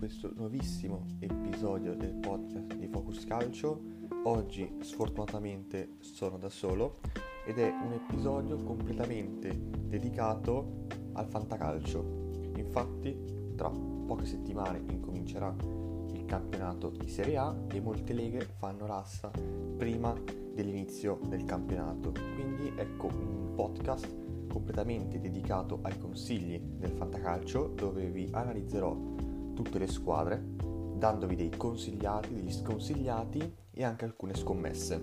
questo nuovissimo episodio del podcast di Focus Calcio. Oggi sfortunatamente sono da solo ed è un episodio completamente dedicato al fantacalcio. Infatti tra poche settimane incomincerà il campionato di Serie A e molte leghe fanno l'asta prima dell'inizio del campionato. Quindi ecco un podcast completamente dedicato ai consigli del fantacalcio, dove vi analizzerò tutte le squadre, dandovi dei consigliati, degli sconsigliati e anche alcune scommesse.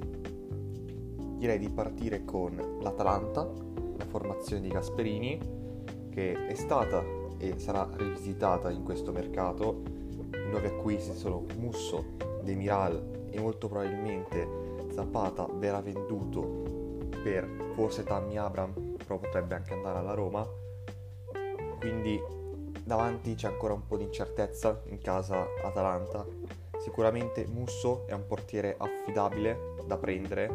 Direi di partire con l'Atalanta, la formazione di Gasperini, che è stata e sarà rivisitata in questo mercato. I nuovi acquisti sono Musso, Demiral e molto probabilmente Zapata verrà venduto per forse Tammy Abraham, però potrebbe anche andare alla Roma. Quindi davanti c'è ancora un po' di incertezza in casa Atalanta. Sicuramente Musso è un portiere affidabile da prendere.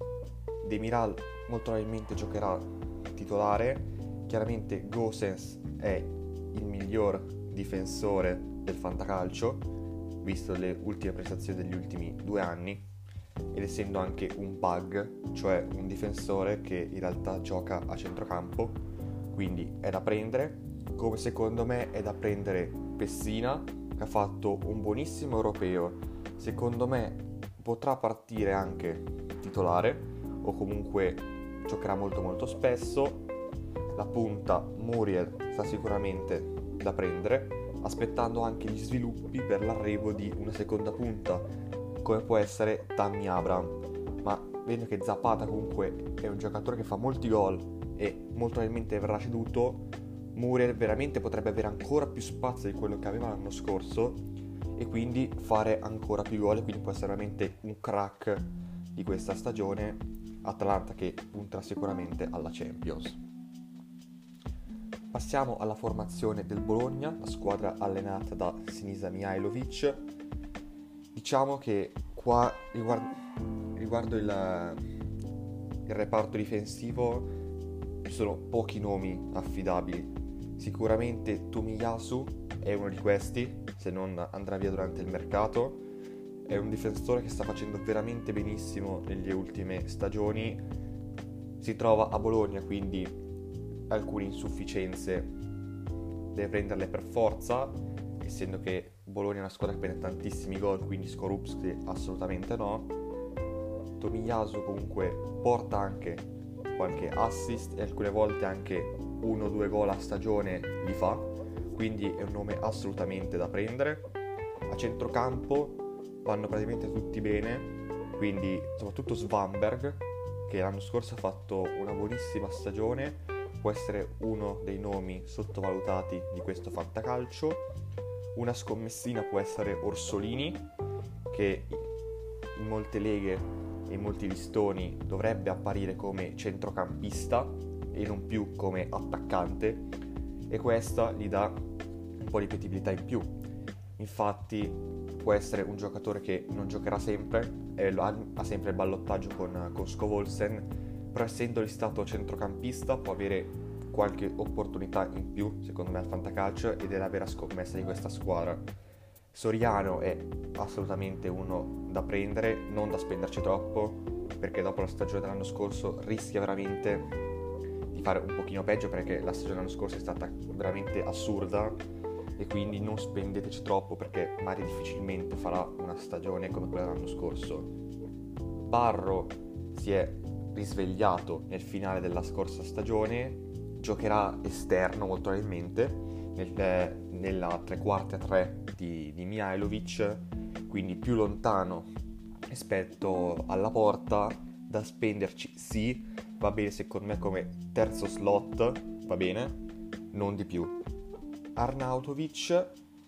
Demiral molto probabilmente giocherà titolare. Chiaramente Gosens è il miglior difensore del fantacalcio, visto le ultime prestazioni degli ultimi 2 anni, ed essendo anche un bug, cioè un difensore che in realtà gioca a centrocampo, quindi è da prendere. Come secondo me è da prendere Pessina, che ha fatto un buonissimo europeo. Secondo me potrà partire anche titolare o comunque giocherà molto spesso. La punta Muriel sta sicuramente da prendere, aspettando anche gli sviluppi per l'arrivo di una seconda punta, come può essere Tammy Abraham. Ma vedo che Zapata comunque è un giocatore che fa molti gol e molto probabilmente verrà ceduto. Muriel veramente potrebbe avere ancora più spazio di quello che aveva l'anno scorso e quindi fare ancora più gol, e quindi può essere veramente un crack di questa stagione. Atalanta che punterà sicuramente alla Champions. Passiamo alla formazione del Bologna, la squadra allenata da Sinisa Mihajlovic. Diciamo che qua riguardo il reparto difensivo ci sono pochi nomi affidabili. Sicuramente Tomiyasu è uno di questi, se non andrà via durante il mercato. È un difensore che sta facendo veramente benissimo nelle ultime stagioni. Si trova a Bologna, quindi alcune insufficienze deve prenderle per forza, essendo che Bologna è una squadra che prende tantissimi gol, quindi Skorupski assolutamente no. Tomiyasu comunque porta anche qualche assist e alcune volte anche 1-2 gol a stagione li fa, quindi è un nome assolutamente da prendere. A centrocampo vanno praticamente tutti bene, quindi soprattutto Svanberg, che l'anno scorso ha fatto una buonissima stagione, può essere uno dei nomi sottovalutati di questo fantacalcio. Una scommessina può essere Orsolini, che in molte leghe e in molti listoni dovrebbe apparire come centrocampista e non più come attaccante, e questa gli dà un po' di ripetibilità in più. Infatti può essere un giocatore che non giocherà sempre, ha sempre il ballottaggio con Scovolsen, però essendo listato centrocampista può avere qualche opportunità in più secondo me al fantacalcio, ed è la vera scommessa di questa squadra. Soriano è assolutamente uno da prendere, non da spenderci troppo, perché dopo la stagione dell'anno scorso rischia veramente di fare un pochino peggio, perché la stagione dell'anno scorso è stata veramente assurda, e quindi non spendeteci troppo, perché magari difficilmente farà una stagione come quella dell'anno scorso. Barro si è risvegliato nel finale della scorsa stagione, giocherà esterno molto probabilmente nella 3/4-3 di Mihajlovic, quindi più lontano rispetto alla porta, da spenderci sì, va bene secondo me come terzo slot, va bene, non di più. Arnautovic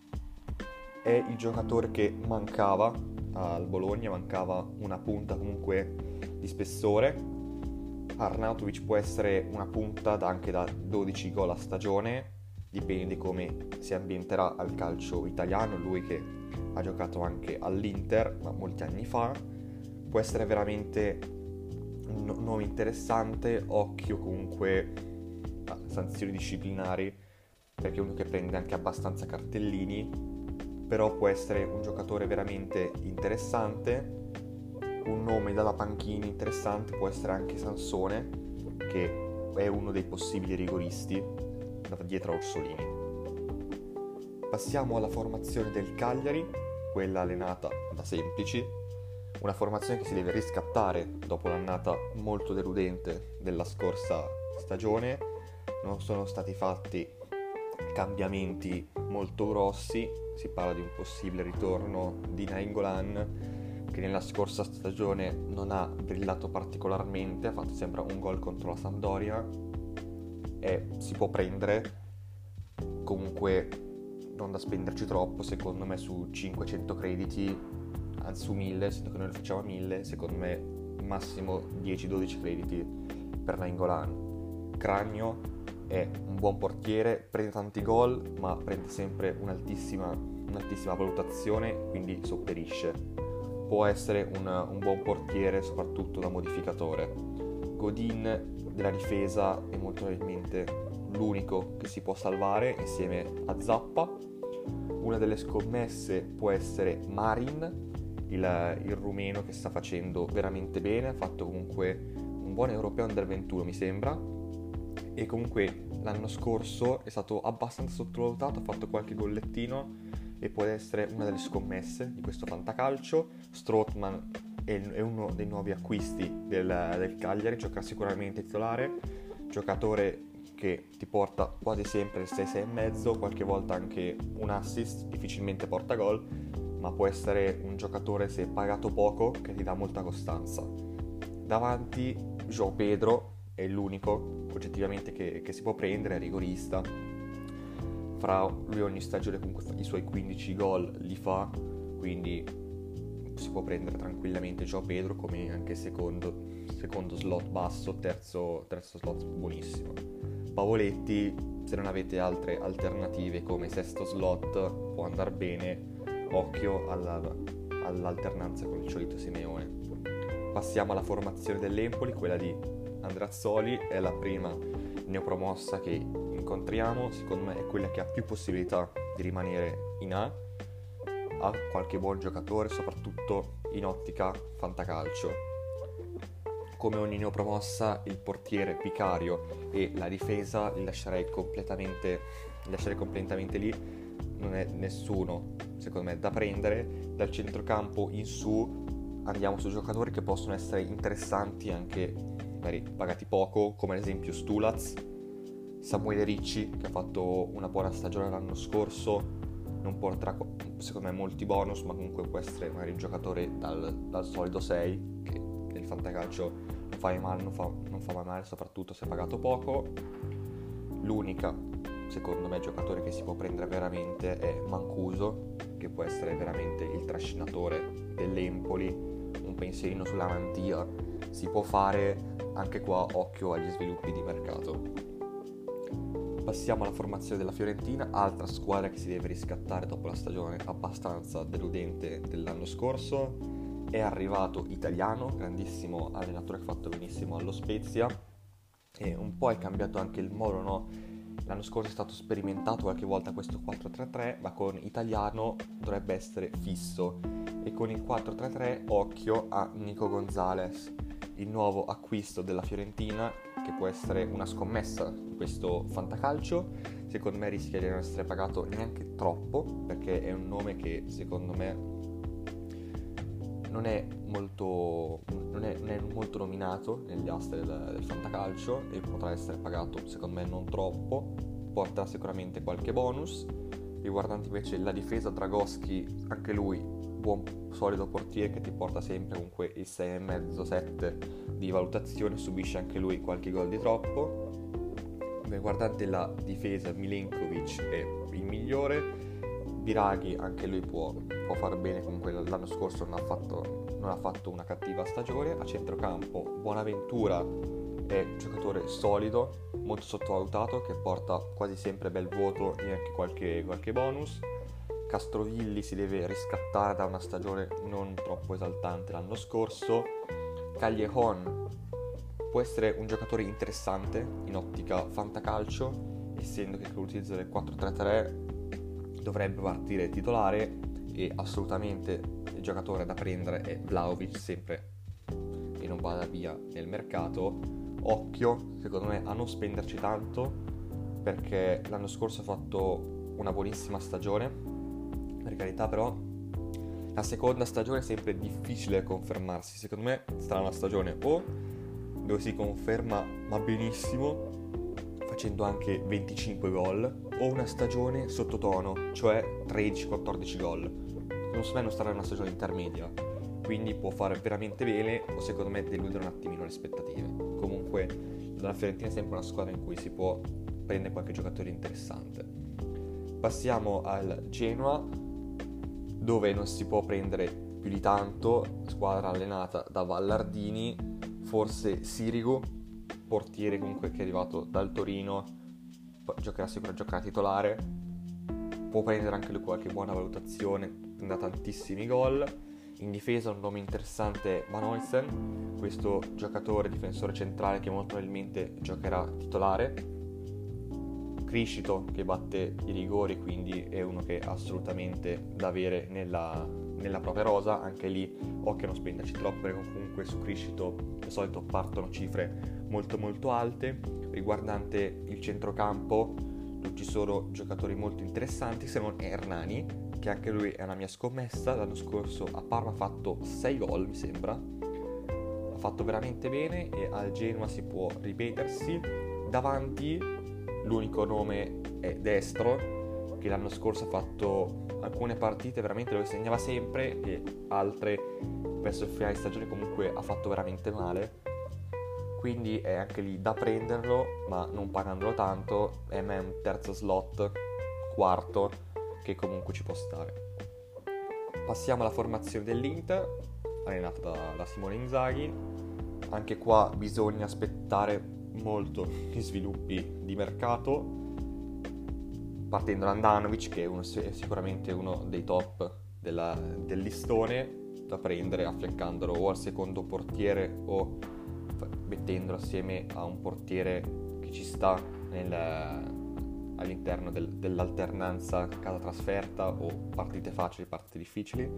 è il giocatore che mancava al Bologna, mancava una punta comunque di spessore. Arnautovic può essere una punta anche da 12 gol a stagione, dipende come si ambienterà al calcio italiano. Lui che ha giocato anche all'Inter, ma molti anni fa, può essere veramente un nome interessante. Occhio comunque a sanzioni disciplinari, perché è uno che prende anche abbastanza cartellini, però può essere un giocatore veramente interessante. Un nome dalla panchina interessante può essere anche Sansone, che è uno dei possibili rigoristi da dietro a Orsolini. Passiamo alla formazione del Cagliari, quella allenata da Semplici, una formazione che si deve riscattare dopo l'annata molto deludente della scorsa stagione. Non sono stati fatti cambiamenti molto grossi, si parla di un possibile ritorno di Nainggolan, che nella scorsa stagione non ha brillato particolarmente, ha fatto sempre un gol contro la Sampdoria e si può prendere, comunque non da spenderci troppo, secondo me su 500 crediti, anzi su 1000, essendo che noi lo facciamo a 1000, secondo me massimo 10-12 crediti per Nainggolan. Cragno è un buon portiere, prende tanti gol, ma prende sempre un'altissima valutazione, quindi sopperisce. Può essere un buon portiere, soprattutto da modificatore. Godin della difesa è molto probabilmente l'unico che si può salvare insieme a Zappa. Una delle scommesse può essere Marin, il rumeno, che sta facendo veramente bene, ha fatto comunque un buon europeo under 21 mi sembra, e comunque l'anno scorso è stato abbastanza sottovalutato, ha fatto qualche gollettino e può essere una delle scommesse di questo fantacalcio. Strootman è uno dei nuovi acquisti del Cagliari, gioca sicuramente titolare, giocatore che ti porta quasi sempre il 6-6,5, qualche volta anche un assist, difficilmente porta gol, ma può essere un giocatore, se pagato poco, che ti dà molta costanza. Davanti João Pedro è l'unico oggettivamente che si può prendere, è rigorista. Fra lui ogni stagione comunque i suoi 15 gol li fa, quindi si può prendere tranquillamente João Pedro come anche secondo slot basso, terzo slot buonissimo. Pavoletti, se non avete altre alternative come sesto slot, può andare bene, occhio all'alternanza con il solito Simeone. Passiamo alla formazione dell'Empoli, quella di Andreazzoli, è la prima neopromossa che incontriamo, secondo me è quella che ha più possibilità di rimanere in A, ha qualche buon giocatore, soprattutto in ottica fantacalcio. Come ogni neopromossa, il portiere vicario e la difesa li lascerei completamente lì, non è nessuno secondo me da prendere. Dal centrocampo in su andiamo su giocatori che possono essere interessanti anche magari pagati poco, come ad esempio Stulaz, Samuele Ricci, che ha fatto una buona stagione l'anno scorso, non porterà secondo me molti bonus, ma comunque può essere magari un giocatore dal solido 6 che nel fantacalcio non fa mai male, soprattutto se pagato poco. L'unica, secondo me, giocatore che si può prendere veramente è Mancuso, che può essere veramente il trascinatore dell'Empoli. Un pensierino sulla Mantia si può fare, anche qua occhio agli sviluppi di mercato. Passiamo alla formazione della Fiorentina, altra squadra che si deve riscattare dopo la stagione abbastanza deludente dell'anno scorso. È arrivato Italiano, grandissimo allenatore che ha fatto benissimo allo Spezia, e un po' è cambiato anche il modo, no? L'anno scorso è stato sperimentato qualche volta questo 4-3-3, ma con Italiano dovrebbe essere fisso, e con il 4-3-3 occhio a Nico Gonzalez, il nuovo acquisto della Fiorentina, che può essere una scommessa di questo fantacalcio. Secondo me rischia di non essere pagato neanche troppo, perché è un nome che secondo me non è molto nominato negli astri del fantacalcio, e potrà essere pagato secondo me non troppo, porterà sicuramente qualche bonus. Riguardante invece la difesa, Dragoschi, anche lui buon solido portiere che ti porta sempre comunque il 6,5-7 di valutazione, subisce anche lui qualche gol di troppo. Riguardante la difesa, Milenkovic è il migliore. Biraghi anche lui può far bene, comunque l'anno scorso non ha fatto una cattiva stagione. A centrocampo Buonaventura è un giocatore solido, molto sottovalutato, che porta quasi sempre bel voto e anche qualche bonus. Castrovilli si deve riscattare da una stagione non troppo esaltante l'anno scorso. Callejon può essere un giocatore interessante in ottica fantacalcio, essendo che l'utilizzo del 4-3-3 dovrebbe partire titolare, e assolutamente il giocatore da prendere è Vlahovic, sempre e non vada via nel mercato. Occhio, secondo me, a non spenderci tanto, perché l'anno scorso ha fatto una buonissima stagione, per carità, però la seconda stagione è sempre difficile confermarsi. Secondo me sarà una stagione o dove si conferma ma benissimo, facendo anche 25 gol, o una stagione sottotono, cioè 13-14 gol. Secondo me non sarà una stagione intermedia, quindi può fare veramente bene o secondo me deludere un attimino le aspettative. Comunque la Fiorentina è sempre una squadra in cui si può prendere qualche giocatore interessante. Passiamo al Genoa, dove non si può prendere più di tanto, squadra allenata da Vallardini, forse Sirigu, portiere comunque che è arrivato dal Torino, giocherà titolare, può prendere anche lui qualche buona valutazione, prende tantissimi gol. In difesa un nome interessante è Van Oysen, questo giocatore difensore centrale che molto probabilmente giocherà titolare. Criscito che batte i rigori, quindi è uno che è assolutamente da avere nella propria rosa. Anche lì occhio a non spenderci troppo, perché comunque su Criscito di solito partono cifre molto molto alte. Riguardante il centrocampo non ci sono giocatori molto interessanti, se non Hernani, che anche lui è una mia scommessa. L'anno scorso a Parma ha fatto 6 gol, mi sembra, ha fatto veramente bene, e al Genoa si può ripetersi. Davanti l'unico nome è Destro, che l'anno scorso ha fatto alcune partite veramente dove segnava sempre, e altre verso il finale di stagione comunque ha fatto veramente male, quindi è anche lì da prenderlo, ma non pagandolo tanto. E a me è un terzo slot, quarto, che comunque ci può stare. Passiamo alla formazione dell'Inter, allenata da Simone Inzaghi. Anche qua bisogna aspettare molto gli sviluppi di mercato, partendo da Handanovic, che è sicuramente uno dei top del listone da prendere, affiancandolo o al secondo portiere o mettendolo assieme a un portiere che ci sta all'interno dell'alternanza casa trasferta o partite facili, partite difficili.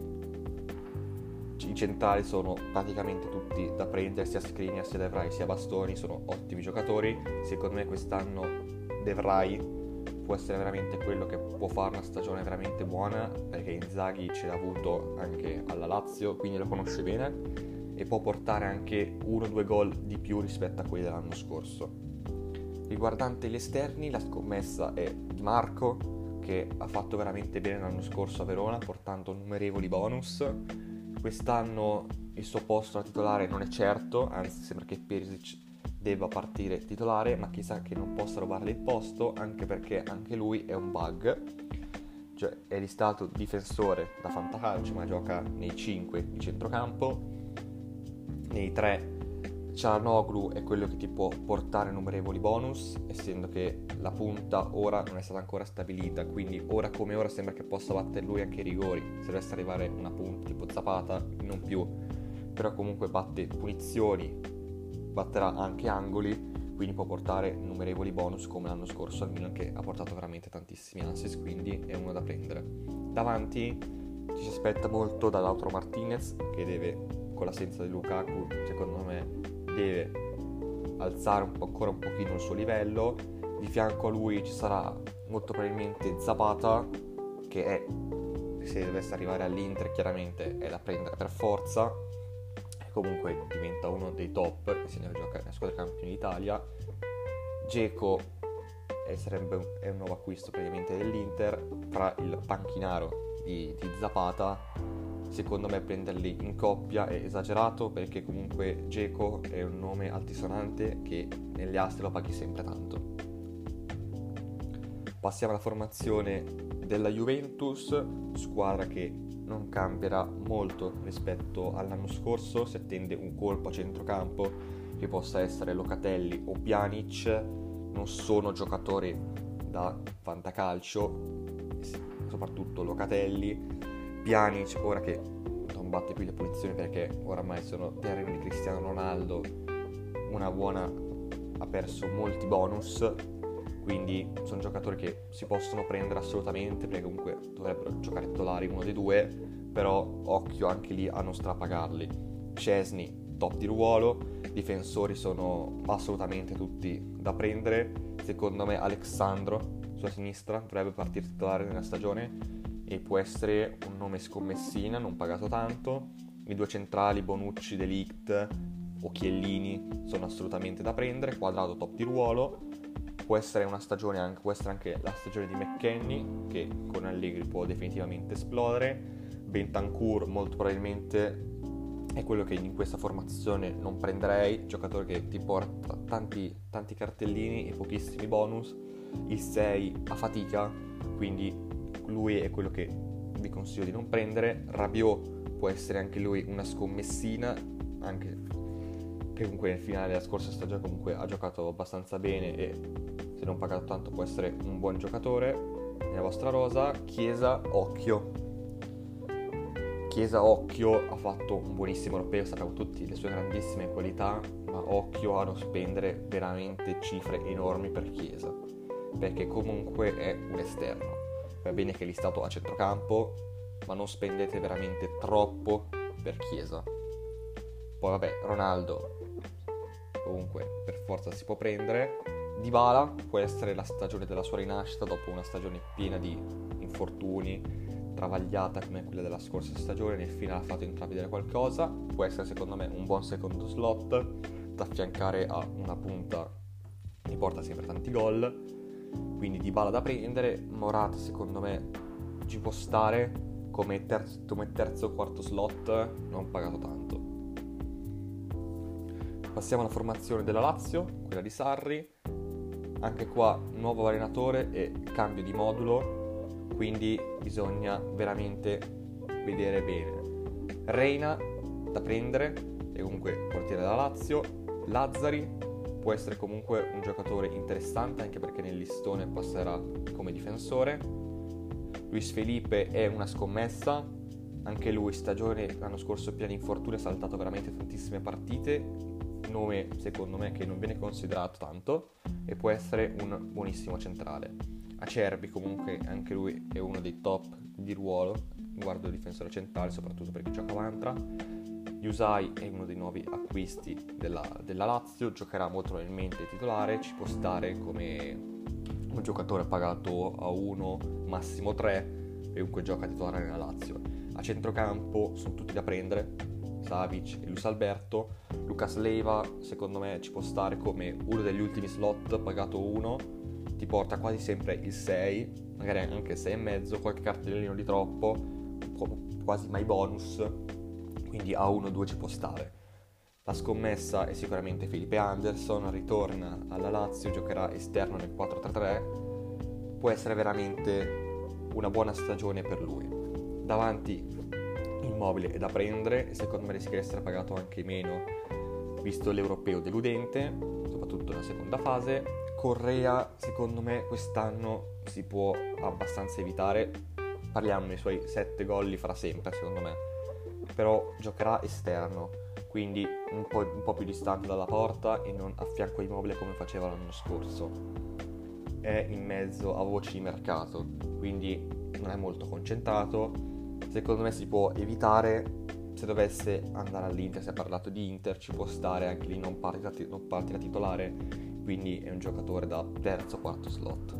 I centrali sono praticamente tutti da prendere, sia Skriniar, sia De Vrij, sia Bastoni, sono ottimi giocatori. Secondo me quest'anno De Vrij può essere veramente quello che può fare una stagione veramente buona, perché Inzaghi ce l'ha avuto anche alla Lazio, quindi lo conosce bene, e può portare anche 1-2 gol di più rispetto a quelli dell'anno scorso. Riguardante gli esterni, la scommessa è Di Marco, che ha fatto veramente bene l'anno scorso a Verona, portando numerevoli bonus. Quest'anno il suo posto da titolare non è certo, anzi sembra che Perisic debba partire titolare, ma chissà che non possa rubarle il posto, anche perché anche lui è un bug, cioè è listato difensore da Fantacalcio, ma gioca nei 5 di centrocampo. Nei 3 Çalhanoğlu è quello che ti può portare numerevoli bonus, essendo che la punta ora non è stata ancora stabilita, quindi ora come ora sembra che possa battere lui anche i rigori, se dovesse arrivare una punta tipo Zapata non più, però comunque batte punizioni, batterà anche angoli, quindi può portare numerevoli bonus come l'anno scorso al Milan, che ha portato veramente tantissimi assist, quindi è uno da prendere. Davanti ci si aspetta molto da Lautaro Martinez, che deve, con l'assenza di Lukaku, secondo me deve alzare ancora un pochino il suo livello. Di fianco a lui ci sarà molto probabilmente Zapata, che è, se dovesse arrivare all'Inter chiaramente è da prendere per forza, e comunque diventa uno dei top, che se ne gioca nella squadra campione d'Italia. Dzeko è un nuovo acquisto praticamente dell'Inter, tra il panchinaro di Zapata. Secondo me prenderli in coppia è esagerato, perché comunque Dzeko è un nome altisonante che nelle aste lo paghi sempre tanto. Passiamo alla formazione della Juventus, squadra che non cambierà molto rispetto all'anno scorso, si attende un colpo a centrocampo che possa essere Locatelli o Pjanic. Non sono giocatori da fantacalcio, soprattutto Locatelli. Pjanic, ora che non batte più le punizioni perché oramai sono terreno di Cristiano Ronaldo, una buona, ha perso molti bonus, quindi sono giocatori che si possono prendere assolutamente, perché comunque dovrebbero giocare titolari uno dei due, però occhio anche lì a non strapagarli. Szczęsny, top di ruolo, difensori sono assolutamente tutti da prendere. Secondo me Alexandro sulla sinistra dovrebbe partire titolare nella stagione e può essere un nome scommessina, non pagato tanto. I due centrali Bonucci, De Ligt o Chiellini sono assolutamente da prendere. Quadrado top di ruolo, può essere una stagione può essere anche la stagione di McKennie, che con Allegri può definitivamente esplodere. Bentancur molto probabilmente è quello che in questa formazione non prenderei, giocatore che ti porta tanti cartellini e pochissimi bonus, il 6 a fatica, quindi lui è quello che vi consiglio di non prendere. Rabiot può essere anche lui una scommessina, anche che comunque nel finale della scorsa stagione comunque ha giocato abbastanza bene e se non pagato tanto può essere un buon giocatore nella vostra rosa. Chiesa, occhio, ha fatto un buonissimo europeo, sappiamo tutti le sue grandissime qualità, ma occhio a non spendere veramente cifre enormi per Chiesa, perché comunque è un esterno. Va bene che è listato a centrocampo, ma non spendete veramente troppo per Chiesa. Poi vabbè, Ronaldo comunque per forza si può prendere. Dybala può essere la stagione della sua rinascita dopo una stagione piena di infortuni, travagliata come quella della scorsa stagione. Nel finale ha fatto intravedere qualcosa, può essere secondo me un buon secondo slot da affiancare a una punta che porta sempre tanti gol, quindi Dybala da prendere. Morata secondo me ci può stare come terzo o quarto slot, non pagato tanto. Passiamo alla formazione della Lazio, quella di Sarri. Anche qua nuovo allenatore e cambio di modulo, quindi bisogna veramente vedere bene. Reina da prendere, è comunque portiere della Lazio. Lazzari può essere comunque un giocatore interessante, anche perché nel listone passerà come difensore. Luis Felipe è una scommessa, anche lui stagione l'anno scorso piena di infortuni, ha saltato veramente tantissime partite, nome secondo me che non viene considerato tanto e può essere un buonissimo centrale. Acerbi comunque anche lui è uno dei top di ruolo riguardo il difensore centrale, soprattutto perché gioca mantra. Yusai è uno dei nuovi acquisti della Lazio, giocherà molto probabilmente titolare, ci può stare come un giocatore pagato a 1, massimo 3, e comunque gioca titolare nella Lazio. A centrocampo sono tutti da prendere, Savic e Luis Alberto. Lucas Leiva secondo me ci può stare come uno degli ultimi slot, pagato 1, ti porta quasi sempre il 6, magari anche il 6,5, qualche cartellino di troppo, quasi mai bonus, quindi a 1-2 ci può stare. La scommessa è sicuramente Felipe Anderson, ritorna alla Lazio, giocherà esterno nel 4-3-3, può essere veramente una buona stagione per lui. Davanti Immobile è da prendere e secondo me rischia di essere pagato anche meno visto l'europeo deludente, soprattutto nella seconda fase. Correa secondo me quest'anno si può abbastanza evitare, parliamo dei suoi 7 gol li farà sempre secondo me, però giocherà esterno, quindi un po' più distante dalla porta e non a fianco a Immobile come faceva l'anno scorso. È in mezzo a voci di mercato, quindi non è molto concentrato. Secondo me si può evitare. Se dovesse andare all'Inter, si è parlato di Inter, ci può stare anche lì, non partirà titolare, quindi è un giocatore da terzo o quarto slot.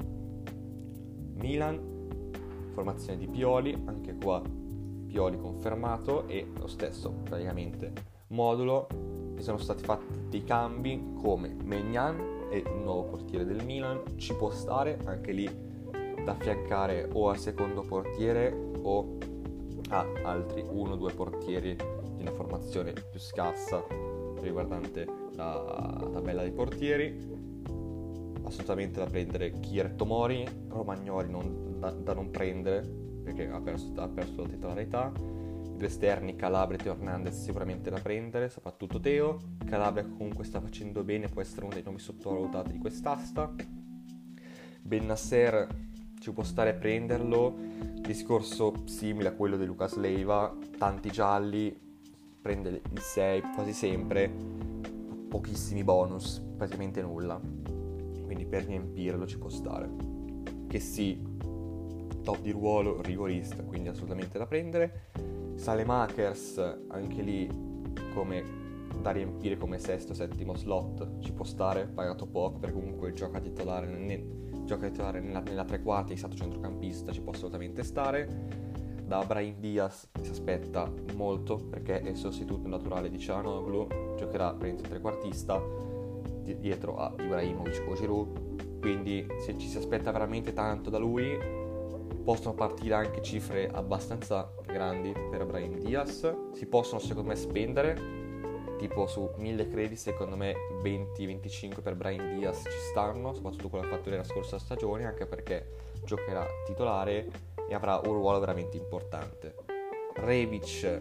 Milan, formazione di Pioli, anche qua Pioli confermato e lo stesso praticamente modulo. Vi sono stati fatti dei cambi come Maignan e il nuovo portiere del Milan, ci può stare anche lì da affiancare o al secondo portiere o a altri 1-2 portieri di una formazione più scarsa riguardante la tabella dei portieri. Assolutamente da prendere Kier Tomori, Romagnoli da non prendere perché ha perso la titolarità. I due esterni Calabria e Teo Hernandez sicuramente da prendere, soprattutto Teo. Calabria comunque sta facendo bene, può essere uno dei nomi sottovalutati di quest'asta. Bennasser ci può stare a prenderlo, discorso simile a quello di Lucas Leiva, tanti gialli, prende il 6 quasi sempre, pochissimi bonus, praticamente nulla, quindi per riempirlo ci può stare. Che sì, top di ruolo, rigorista, quindi assolutamente da prendere. Saelemaekers, anche lì come da riempire come sesto, settimo slot, ci può stare, pagato poco, perché comunque gioca titolare nella tre quarti, è stato centrocampista, ci può assolutamente stare. Da Brahim Diaz si aspetta molto, perché è il sostituto naturale di Çalhanoğlu, giocherà per il trequartista dietro a Ibrahimovic o Giroud, quindi se ci si aspetta veramente tanto da lui, possono partire anche cifre abbastanza grandi per Brahim Diaz. Si possono secondo me spendere, tipo su 1000 crediti, secondo me 20-25 per Brahim Diaz ci stanno, soprattutto quello che ha fatto nella scorsa stagione, anche perché giocherà titolare e avrà un ruolo veramente importante. Rebic,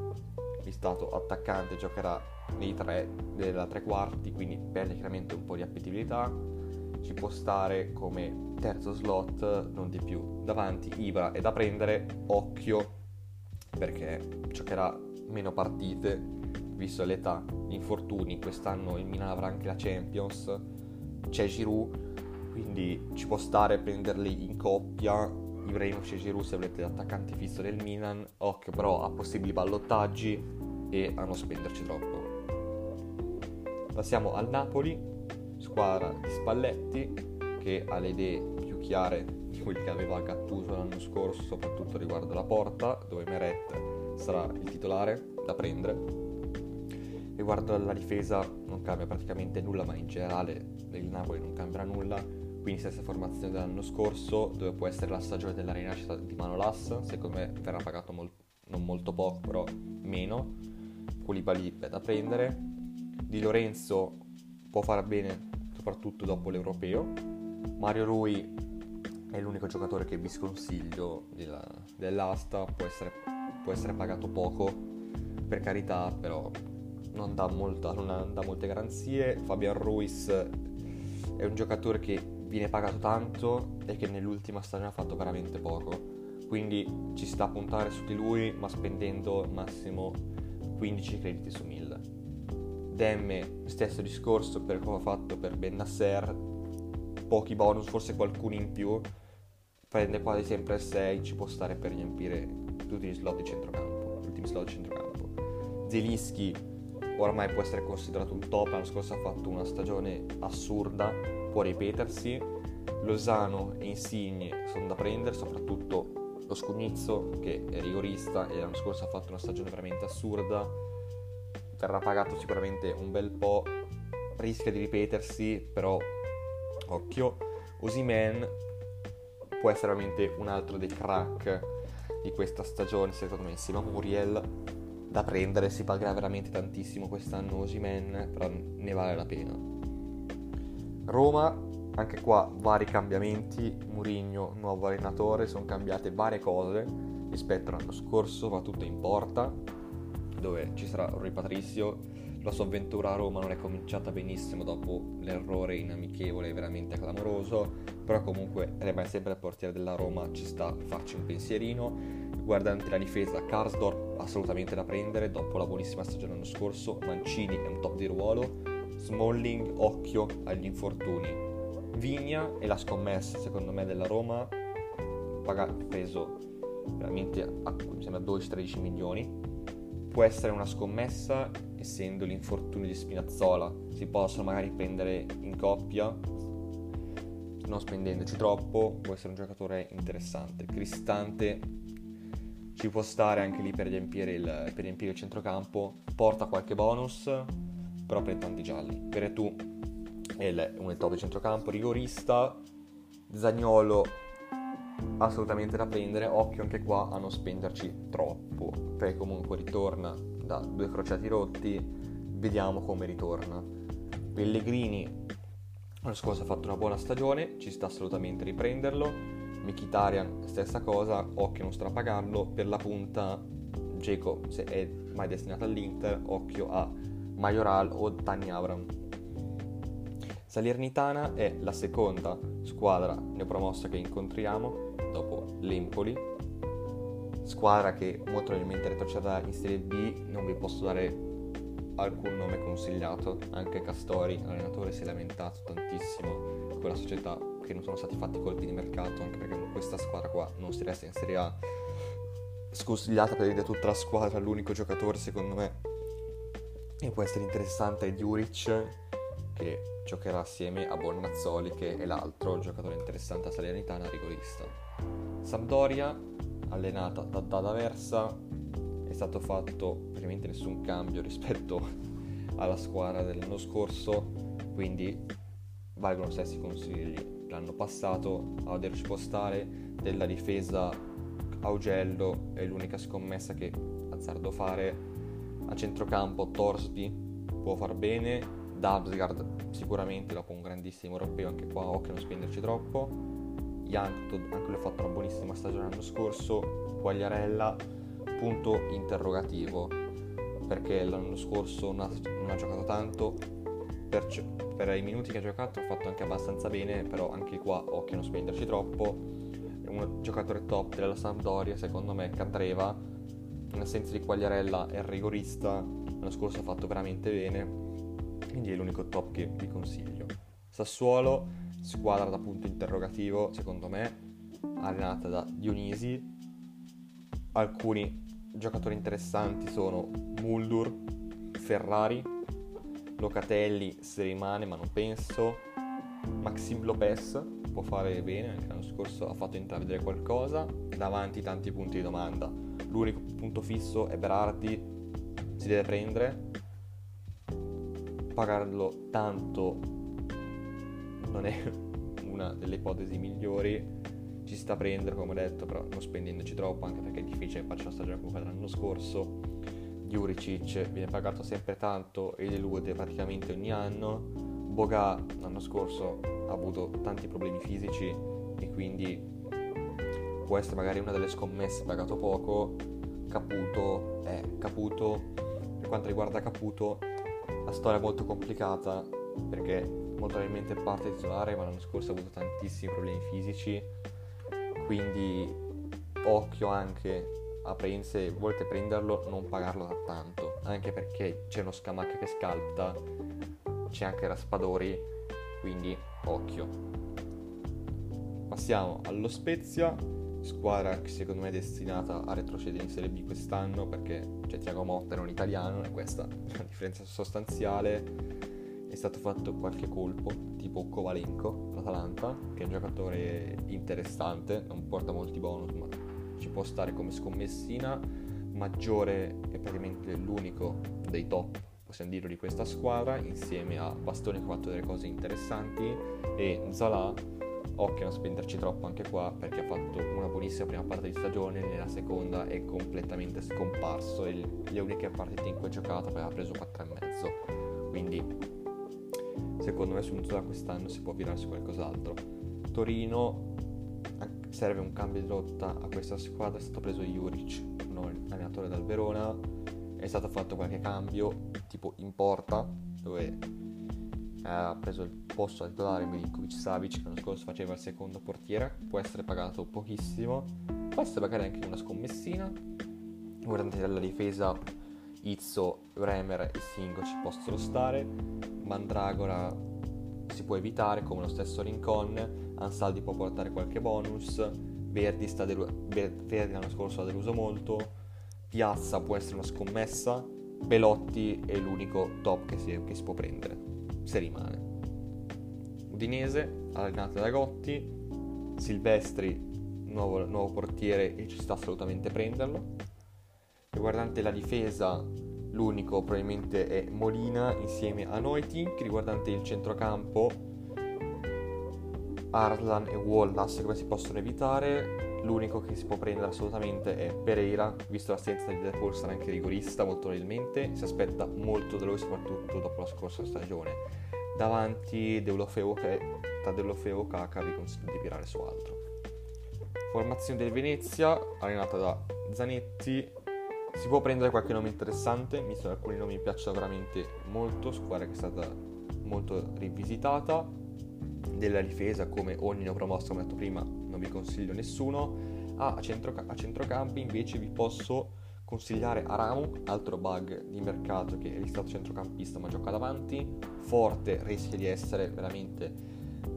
listato attaccante, giocherà nei tre della tre quarti, quindi perde chiaramente un po' di appetibilità, ci può stare come terzo slot, non di più. Davanti Ibra è da prendere, occhio, perché giocherà meno partite visto l'età, gli infortuni. Quest'anno il Milan avrà anche la Champions, c'è Giroud, quindi ci può stare prenderli in coppia, Ibrahimovic e Giroud se volete l'attaccante fisso del Milan. Occhio però a possibili ballottaggi e a non spenderci troppo. Passiamo al Napoli, squadra di Spalletti, che ha le idee più chiare di quelle che aveva Gattuso l'anno scorso, soprattutto riguardo la porta, dove Meret sarà il titolare da prendere. Riguardo alla difesa non cambia praticamente nulla, ma in generale il Napoli non cambierà nulla, quindi stessa formazione dell'anno scorso, dove può essere la stagione della rinascita di Manolas. Secondo me verrà pagato non molto poco, però meno. Koulibaly è da prendere. Di Lorenzo può far bene soprattutto dopo l'Europeo. Mario Rui è l'unico giocatore che vi sconsiglio dell'asta, può essere pagato poco, per carità, però non dà molte garanzie. Fabian Ruiz è un giocatore che viene pagato tanto e che nell'ultima stagione ha fatto veramente poco, quindi ci sta a puntare su di lui, ma spendendo massimo 15 crediti su 1000. Demme, stesso discorso per come ha fatto per Bennacer, pochi bonus, forse qualcuno in più, prende quasi sempre il 6, ci può stare per riempire tutti gli slot di centrocampo, gli ultimi slot di centrocampo. Zelinski ormai può essere considerato un top, l'anno scorso ha fatto una stagione assurda, può ripetersi. Lozano e Insigne sono da prendere, soprattutto lo Scugnizzo, che è rigorista e l'anno scorso ha fatto una stagione veramente assurda, verrà pagato sicuramente un bel po', rischia di ripetersi, però occhio. Osimhen può essere veramente un altro dei crack di questa stagione, secondo me, insieme a Muriel, da prendere. Si pagherà veramente tantissimo quest'anno Osimhen, però ne vale la pena. Roma, anche qua vari cambiamenti, Mourinho, nuovo allenatore, sono cambiate varie cose rispetto all'anno scorso, va tutto in porta, dove ci sarà Rui Patricio. La sua avventura a Roma non è cominciata benissimo dopo l'errore in amichevole veramente clamoroso, però comunque rimane sempre il portiere della Roma, ci sta a farci un pensierino. Riguardante la difesa, Karsdorp assolutamente da prendere dopo la buonissima stagione l'anno scorso. Mancini è un top di ruolo. Smalling, occhio agli infortuni. Vigna è la scommessa secondo me della Roma, preso veramente mi sembra 12-13 milioni. Può essere una scommessa, essendo l'infortunio di Spinazzola si possono magari prendere in coppia, non spendendoci troppo. Può essere un giocatore interessante. Cristante ci può stare anche lì per riempire il centrocampo, porta qualche bonus, però per tanti gialli. Veretù è un top di centrocampo, rigorista. Zaniolo assolutamente da prendere, occhio anche qua a non spenderci troppo, perché comunque ritorna da 2 crociati rotti, vediamo come ritorna. Pellegrini l'anno scorso ha fatto una buona stagione, ci sta assolutamente riprenderlo. Mkhitaryan stessa cosa, occhio a non strapagarlo. Per la punta Dzeko, se è mai destinato all'Inter, occhio a Majoral o Tammy Abraham. Salernitana è la seconda squadra neopromossa che incontriamo dopo l'Empoli, squadra che molto probabilmente retrocederà in Serie B. Non vi posso dare alcun nome consigliato, anche Castori, l'allenatore, si è lamentato tantissimo quella società, che non sono stati fatti colpi di mercato, anche perché con questa squadra qua non si resta in Serie A. Sconsigliata per vedere tutta la squadra, l'unico giocatore secondo me e può essere interessante è Juric, che giocherà assieme a Bonmazzoli, che è l'altro giocatore interessante a Salernitana, rigorista. Sampdoria, allenata da D'Aversa, è stato fatto praticamente nessun cambio rispetto alla squadra dell'anno scorso, quindi valgono gli stessi consigli. L'anno passato a Odero ci può stare, della difesa Augello è l'unica scommessa che azzardo fare. A centrocampo Torsby può far bene, Damsgaard sicuramente dopo un grandissimo europeo, anche qua occhio a non spenderci troppo. Jankto, anche lui ha fatto una buonissima stagione l'anno scorso. Quagliarella, punto interrogativo, perché l'anno scorso non ha giocato tanto, per i minuti che ha giocato ha fatto anche abbastanza bene, però anche qua occhio a non spenderci troppo. È un giocatore top della Sampdoria, secondo me Candreva, in assenza di Quagliarella è il rigorista, l'anno scorso ha fatto veramente bene, quindi è l'unico top che vi consiglio. Sassuolo, squadra da punto interrogativo secondo me, allenata da Dionisi. Alcuni giocatori interessanti sono Muldur, Ferrari, Locatelli se rimane ma non penso, Maxim Lopez può fare bene, anche l'anno scorso ha fatto intravedere qualcosa. Davanti tanti punti di domanda, l'unico punto fisso è Berardi, si deve prendere, pagarlo tanto non è una delle ipotesi migliori, ci sta a prendere come ho detto, però non spendendoci troppo, anche perché è difficile farci la stagione come quella dell'anno scorso. Juricic viene pagato sempre tanto e delude praticamente ogni anno. Boga l'anno scorso ha avuto tanti problemi fisici e quindi può essere magari una delle scommesse, pagato poco. Caputo, per quanto riguarda Caputo la storia è molto complicata, perché molto probabilmente parte titolare, ma l'anno scorso ha avuto tantissimi problemi fisici, quindi occhio anche a se volete prenderlo non pagarlo da tanto, anche perché c'è uno Scamacca che scalpita, c'è anche Raspadori, quindi occhio. Passiamo allo Spezia, squadra che secondo me è destinata a retrocedere in Serie B quest'anno, perché c'è Thiago Motta, non italiano, e questa è una differenza sostanziale. È stato fatto qualche colpo, tipo Kovalenko, l'Atalanta, che è un giocatore interessante, non porta molti bonus, ma ci può stare come scommessina. Maggiore è praticamente l'unico dei top, possiamo dirlo, di questa squadra, insieme a Bastoni che ha fatto delle cose interessanti, e Zalà, occhio a non spenderci troppo anche qua, perché ha fatto una buonissima prima parte di stagione, nella seconda è completamente scomparso e le uniche partite in cui ha giocato aveva preso 4,5, quindi secondo me su Zola quest'anno si può virare su qualcos'altro. Torino, serve un cambio di rotta a questa squadra, è stato preso Juric, un allenatore dal Verona, è stato fatto qualche cambio tipo in porta, dove ha preso il posto da titolare Milinkovic Savic, che l'anno scorso faceva il secondo portiere, può essere pagato pochissimo, può essere magari anche una scommessina. Guardate dalla difesa, Izzo, Bremer e Singo ci possono stare, Mandragora si può evitare come lo stesso Rincon, Ansaldi può portare qualche bonus, Verdi l'anno scorso ha deluso molto, Piazza può essere una scommessa, Belotti è l'unico top che si può prendere se rimane. Udinese, allenata da Gotti, Silvestri nuovo portiere e ci sta assolutamente prenderlo. Riguardante la difesa, l'unico probabilmente è Molina insieme a Neutin. Riguardante il centrocampo, Arslan e Wallace come si possono evitare. L'unico che si può prendere assolutamente è Pereira, visto l'assenza di De Paul sarà anche rigorista molto probabilmente, si aspetta molto da lui soprattutto dopo la scorsa stagione. Davanti Deulofeu e Kaka vi consiglio di virare su altro. Formazione del Venezia, allenata da Zanetti, si può prendere qualche nome interessante, visto che alcuni nomi mi piacciono veramente molto, squadra che è stata molto rivisitata. Della difesa come Onnino promosso, come ho detto prima, non vi consiglio nessuno. A centrocampi invece vi posso consigliare Aramu, altro bug di mercato che è stato centrocampista ma gioca davanti, forte, rischia di essere veramente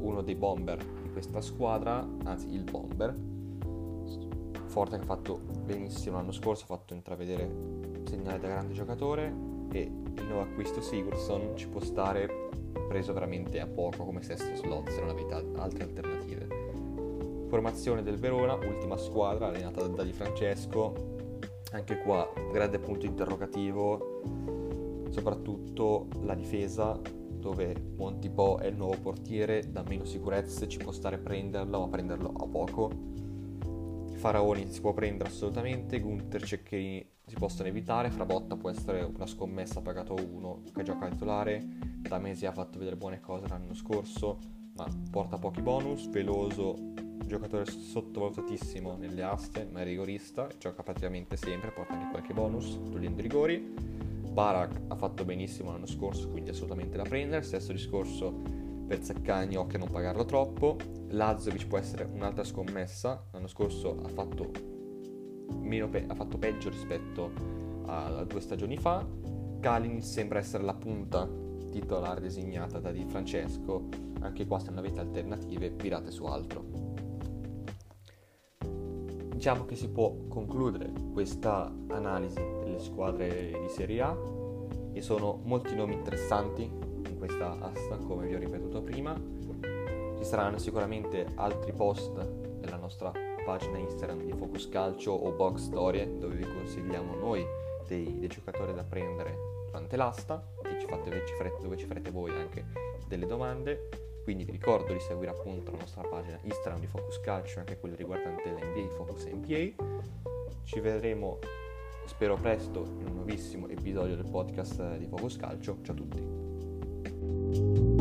uno dei bomber di questa squadra, anzi il bomber forte, che ha fatto benissimo l'anno scorso, ha fatto intravedere segnali da grande giocatore, e il nuovo acquisto Sigurdsson ci può stare preso veramente a poco come sesto slot se non avete altre alternative. Formazione del Verona, ultima squadra allenata da Di Francesco, anche qua grande punto interrogativo, soprattutto la difesa, dove Montipò è il nuovo portiere, dà meno sicurezze, ci può stare prenderlo, ma prenderlo a poco. Faraoni si può prendere assolutamente, Gunther, Cecchini si possono evitare, Frabotta può essere una scommessa pagato 1 che gioca titolare, Tamesi ha fatto vedere buone cose l'anno scorso ma porta pochi bonus, Veloso giocatore sottovalutatissimo nelle aste ma è rigorista, gioca praticamente sempre, porta anche qualche bonus togliendo i rigori. Barak ha fatto benissimo l'anno scorso, quindi assolutamente da prendere, stesso discorso per Zaccagni, occhio a non pagarlo troppo. Lazovic può essere un'altra scommessa, l'anno scorso ha fatto peggio rispetto a 2 stagioni fa. Kalin sembra essere la punta titolare designata da Di Francesco, anche qua se non avete alternative virate su altro. Diciamo che si può concludere questa analisi delle squadre di Serie A, e sono molti nomi interessanti in questa asta, come vi ho ripetuto prima. Ci saranno sicuramente altri post nella nostra pagina Instagram di Focus Calcio o Box Storie, dove vi consigliamo noi dei giocatori da prendere durante l'asta, dove ci farete voi anche delle domande. Quindi vi ricordo di seguire appunto la nostra pagina Instagram di Focus Calcio, anche quella riguardante l'NBA, Focus NBA. Ci vedremo, spero presto, in un nuovissimo episodio del podcast di Focus Calcio. Ciao a tutti.